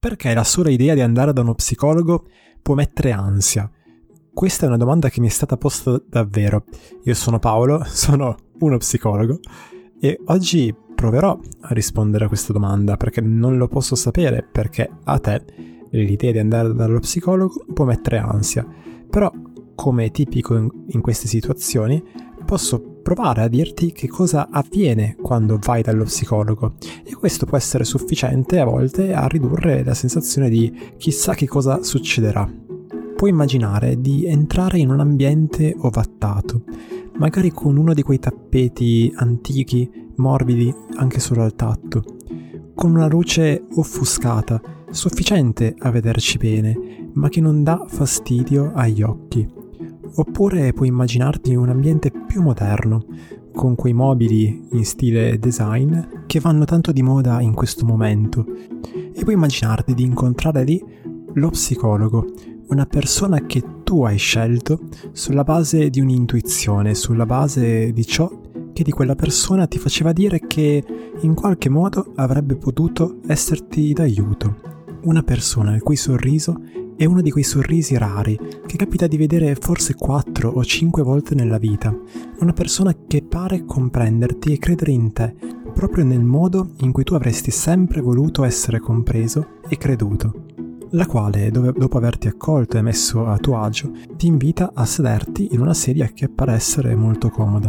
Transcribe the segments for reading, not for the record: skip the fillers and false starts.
Perché la sola idea di andare da uno psicologo può mettere ansia? Questa è una domanda che mi è stata posta davvero. Io sono Paolo, sono uno psicologo e oggi proverò a rispondere a questa domanda perché non lo posso sapere, perché a te l'idea di andare dallo psicologo può mettere ansia. Però, come è tipico in queste situazioni, posso provare a dirti che cosa avviene quando vai dallo psicologo e questo può essere sufficiente a volte a ridurre la sensazione di chissà che cosa succederà. Puoi immaginare di entrare in un ambiente ovattato, magari con uno di quei tappeti antichi, morbidi anche solo al tatto, con una luce offuscata, sufficiente a vederci bene, ma che non dà fastidio agli occhi. Oppure puoi immaginarti un ambiente più moderno, con quei mobili in stile design che vanno tanto di moda in questo momento. E puoi immaginarti di incontrare lì lo psicologo, una persona che tu hai scelto sulla base di un'intuizione, sulla base di ciò che di quella persona ti faceva dire che in qualche modo avrebbe potuto esserti d'aiuto. Una persona il cui sorriso è uno di quei sorrisi rari che capita di vedere forse 4 o 5 volte nella vita. Una persona che pare comprenderti e credere in te, proprio nel modo in cui tu avresti sempre voluto essere compreso e creduto. La quale, dopo averti accolto e messo a tuo agio, ti invita a sederti in una sedia che pare essere molto comoda.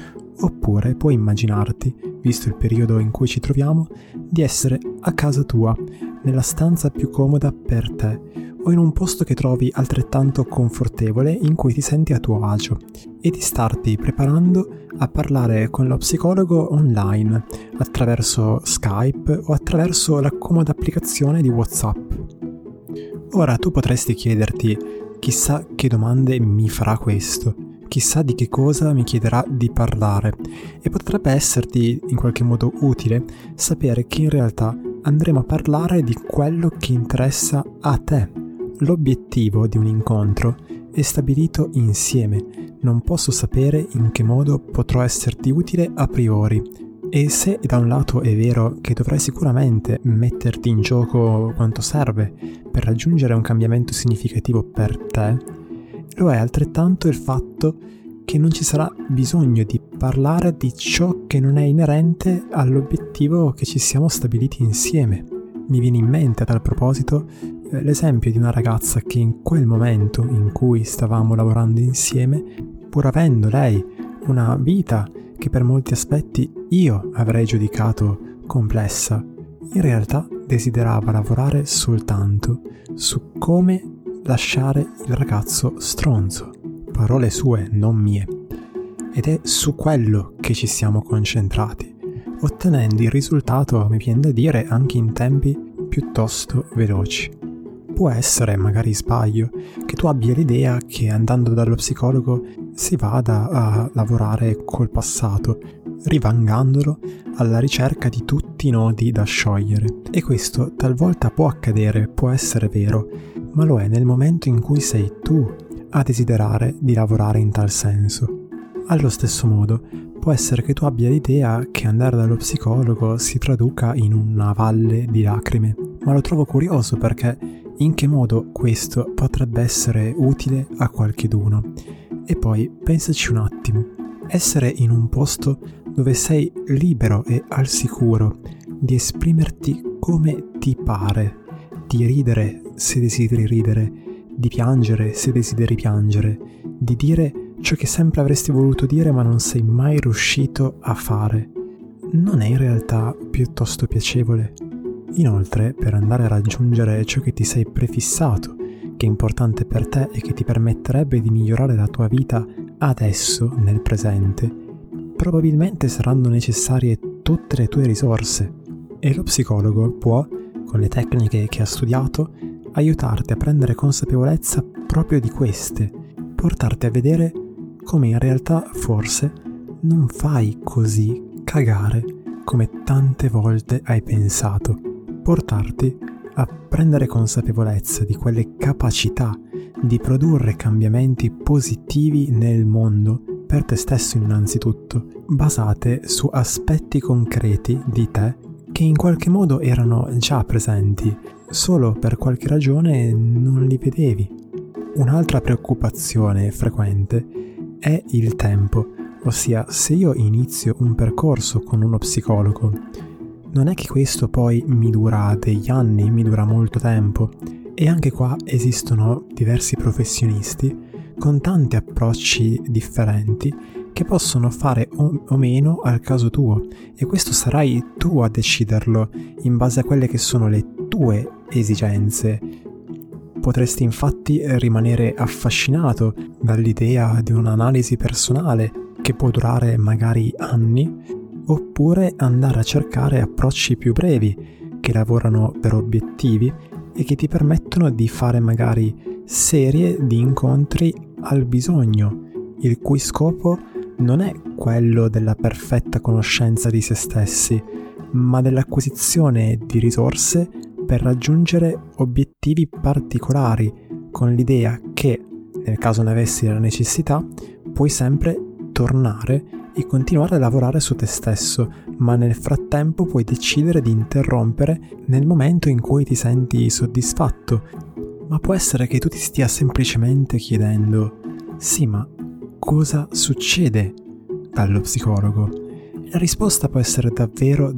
Oppure puoi immaginarti, visto il periodo in cui ci troviamo, di essere a casa tua, nella stanza più comoda per te, o in un posto che trovi altrettanto confortevole in cui ti senti a tuo agio, e di starti preparando a parlare con lo psicologo online, attraverso Skype o attraverso la comoda applicazione di WhatsApp. Ora tu potresti chiederti, chissà che domande mi farà questo, chissà di che cosa mi chiederà di parlare, e potrebbe esserti in qualche modo utile sapere che in realtà andremo a parlare di quello che interessa a te. L'obiettivo di un incontro è stabilito insieme, non posso sapere in che modo potrò esserti utile a priori. E se da un lato è vero che dovrai sicuramente metterti in gioco quanto serve per raggiungere un cambiamento significativo per te, lo è altrettanto il fatto che non ci sarà bisogno di parlare di ciò che non è inerente all'obiettivo che ci siamo stabiliti insieme. Mi viene in mente a tal proposito l'esempio di una ragazza che in quel momento in cui stavamo lavorando insieme, pur avendo lei una vita che per molti aspetti io avrei giudicato complessa, in realtà desiderava lavorare soltanto su come lasciare il ragazzo stronzo. Parole sue, non mie. Ed è su quello che ci siamo concentrati, ottenendo il risultato, mi viene da dire, anche in tempi piuttosto veloci. Può essere, magari sbaglio, che tu abbia l'idea che andando dallo psicologo si vada a lavorare col passato, rivangandolo alla ricerca di tutti i nodi da sciogliere. E questo talvolta può accadere, può essere vero, ma lo è nel momento in cui sei tu a desiderare di lavorare in tal senso. Allo stesso modo, può essere che tu abbia l'idea che andare dallo psicologo si traduca in una valle di lacrime, ma lo trovo curioso perché in che modo questo potrebbe essere utile a qualcheduno? E poi pensaci un attimo, essere in un posto dove sei libero e al sicuro di esprimerti come ti pare, di ridere se desideri ridere, di piangere se desideri piangere, di dire ciò che sempre avresti voluto dire ma non sei mai riuscito a fare, non è in realtà piuttosto piacevole? Inoltre, per andare a raggiungere ciò che ti sei prefissato, che è importante per te e che ti permetterebbe di migliorare la tua vita adesso, nel presente, probabilmente saranno necessarie tutte le tue risorse e lo psicologo può, con le tecniche che ha studiato, aiutarti a prendere consapevolezza proprio di queste, portarti a vedere come in realtà forse non fai così cagare come tante volte hai pensato, portarti a prendere consapevolezza di quelle capacità di produrre cambiamenti positivi nel mondo per te stesso innanzitutto, basate su aspetti concreti di te che in qualche modo erano già presenti, solo per qualche ragione non li vedevi. Un'altra preoccupazione frequente è il tempo, ossia se io inizio un percorso con uno psicologo, non è che questo poi mi dura degli anni, mi dura molto tempo. E anche qua esistono diversi professionisti con tanti approcci differenti che possono fare o meno al caso tuo, e questo sarai tu a deciderlo in base a quelle che sono le tue esigenze. Potresti infatti rimanere affascinato dall'idea di un'analisi personale che può durare magari anni, oppure andare a cercare approcci più brevi che lavorano per obiettivi e che ti permettono di fare magari serie di incontri al bisogno, il cui scopo non è quello della perfetta conoscenza di se stessi, ma dell'acquisizione di risorse per raggiungere obiettivi particolari, con l'idea che, nel caso ne avessi la necessità, puoi sempre tornare e continuare a lavorare su te stesso, ma nel frattempo puoi decidere di interrompere nel momento in cui ti senti soddisfatto. Ma può essere che tu ti stia semplicemente chiedendo: sì, ma cosa succede dallo psicologo? La risposta può essere davvero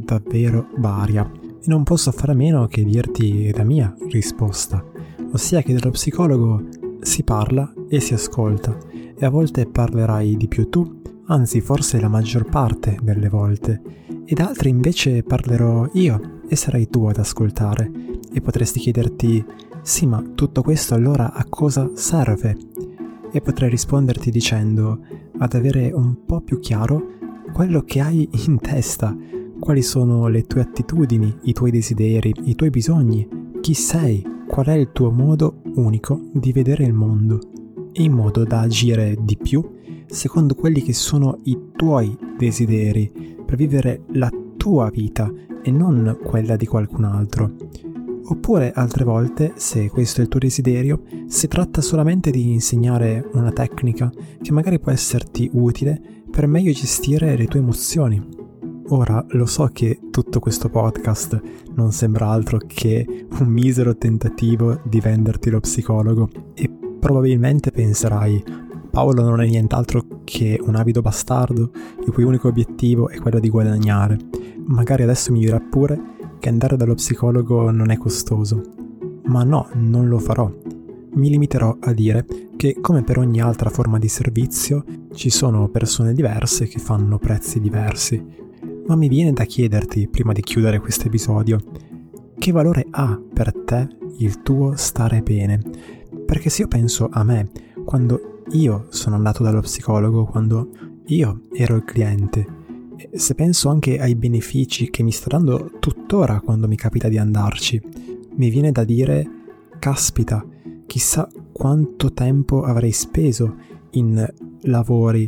varia, e non posso fare a meno che dirti la mia risposta, ossia che dallo psicologo si parla e si ascolta, e a volte parlerai di più tu, anzi forse la maggior parte delle volte, ed altre invece parlerò io e sarai tu ad ascoltare, e potresti chiederti: sì, ma tutto questo allora a cosa serve? E potrei risponderti dicendo: ad avere un po' più chiaro quello che hai in testa, quali sono le tue attitudini, i tuoi desideri, i tuoi bisogni, chi sei, qual è il tuo modo unico di vedere il mondo, in modo da agire di più secondo quelli che sono i tuoi desideri, per vivere la tua vita e non quella di qualcun altro. Oppure altre volte, se questo è il tuo desiderio, si tratta solamente di insegnare una tecnica che magari può esserti utile per meglio gestire le tue emozioni. Ora, lo so che tutto questo podcast non sembra altro che un misero tentativo di venderti lo psicologo, e probabilmente penserai: Paolo non è nient'altro che un avido bastardo, il cui unico obiettivo è quello di guadagnare. Magari adesso mi dirà pure che andare dallo psicologo non è costoso. Ma no, non lo farò. Mi limiterò a dire che, come per ogni altra forma di servizio, ci sono persone diverse che fanno prezzi diversi. Ma mi viene da chiederti, prima di chiudere questo episodio, che valore ha per te il tuo stare bene? Perché se io penso a me, quando io sono andato dallo psicologo, quando io ero il cliente, e se penso anche ai benefici che mi sta dando tuttora quando mi capita di andarci, mi viene da dire: caspita, chissà quanto tempo avrei speso in lavori,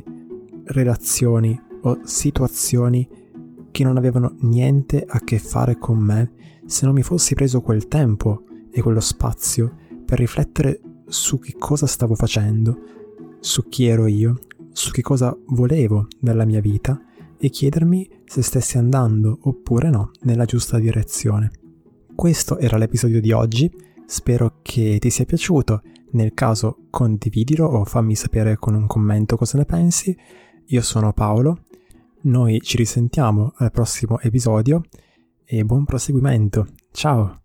relazioni o situazioni che non avevano niente a che fare con me, se non mi fossi preso quel tempo e quello spazio per riflettere su che cosa stavo facendo, su chi ero io, su che cosa volevo nella mia vita, e chiedermi se stessi andando oppure no nella giusta direzione. Questo era l'episodio di oggi, spero che ti sia piaciuto. Nel caso condividilo o fammi sapere con un commento cosa ne pensi. Io sono Paolo, noi ci risentiamo al prossimo episodio e buon proseguimento. Ciao!